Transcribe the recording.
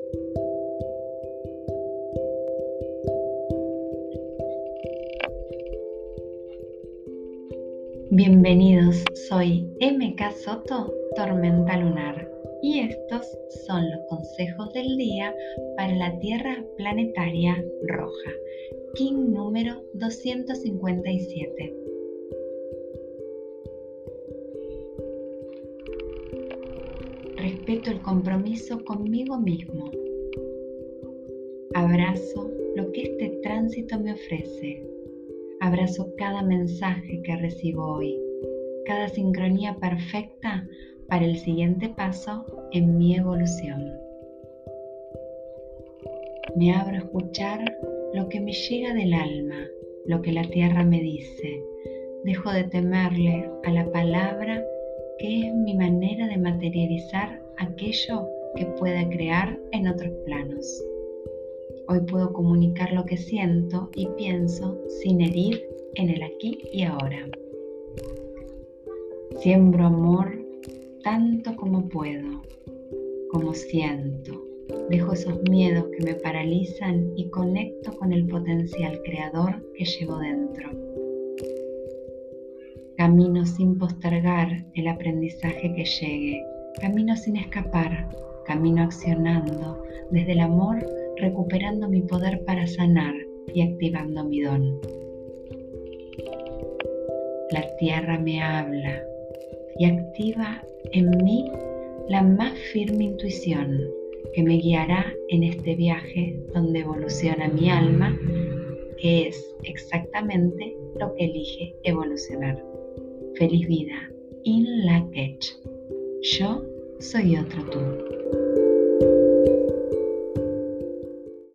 Bienvenidos, soy MK Soto, Tormenta Lunar, y estos son los consejos del día para la Tierra planetaria roja, King número 257. Respeto el compromiso conmigo mismo. Abrazo lo que este tránsito me ofrece. Abrazo cada mensaje que recibo hoy, cada sincronía perfecta para el siguiente paso en mi evolución. Me abro a escuchar lo que me llega del alma, lo que la tierra me dice. Dejo de temerle a la palabra, que es mi manera de materializar aquello que pueda crear en otros planos. Hoy puedo comunicar lo que siento y pienso sin herir en el aquí y ahora. Siembro amor tanto como puedo, como siento. Dejo esos miedos que me paralizan y conecto con el potencial creador que llevo dentro. Camino sin postergar el aprendizaje que llegue. Camino sin escapar. Camino accionando desde el amor, recuperando mi poder para sanar y activando mi don. La tierra me habla y activa en mí la más firme intuición que me guiará en este viaje donde evoluciona mi alma, que es exactamente lo que elige evolucionar. Feliz vida, In Lak'ech. Yo soy otro tú.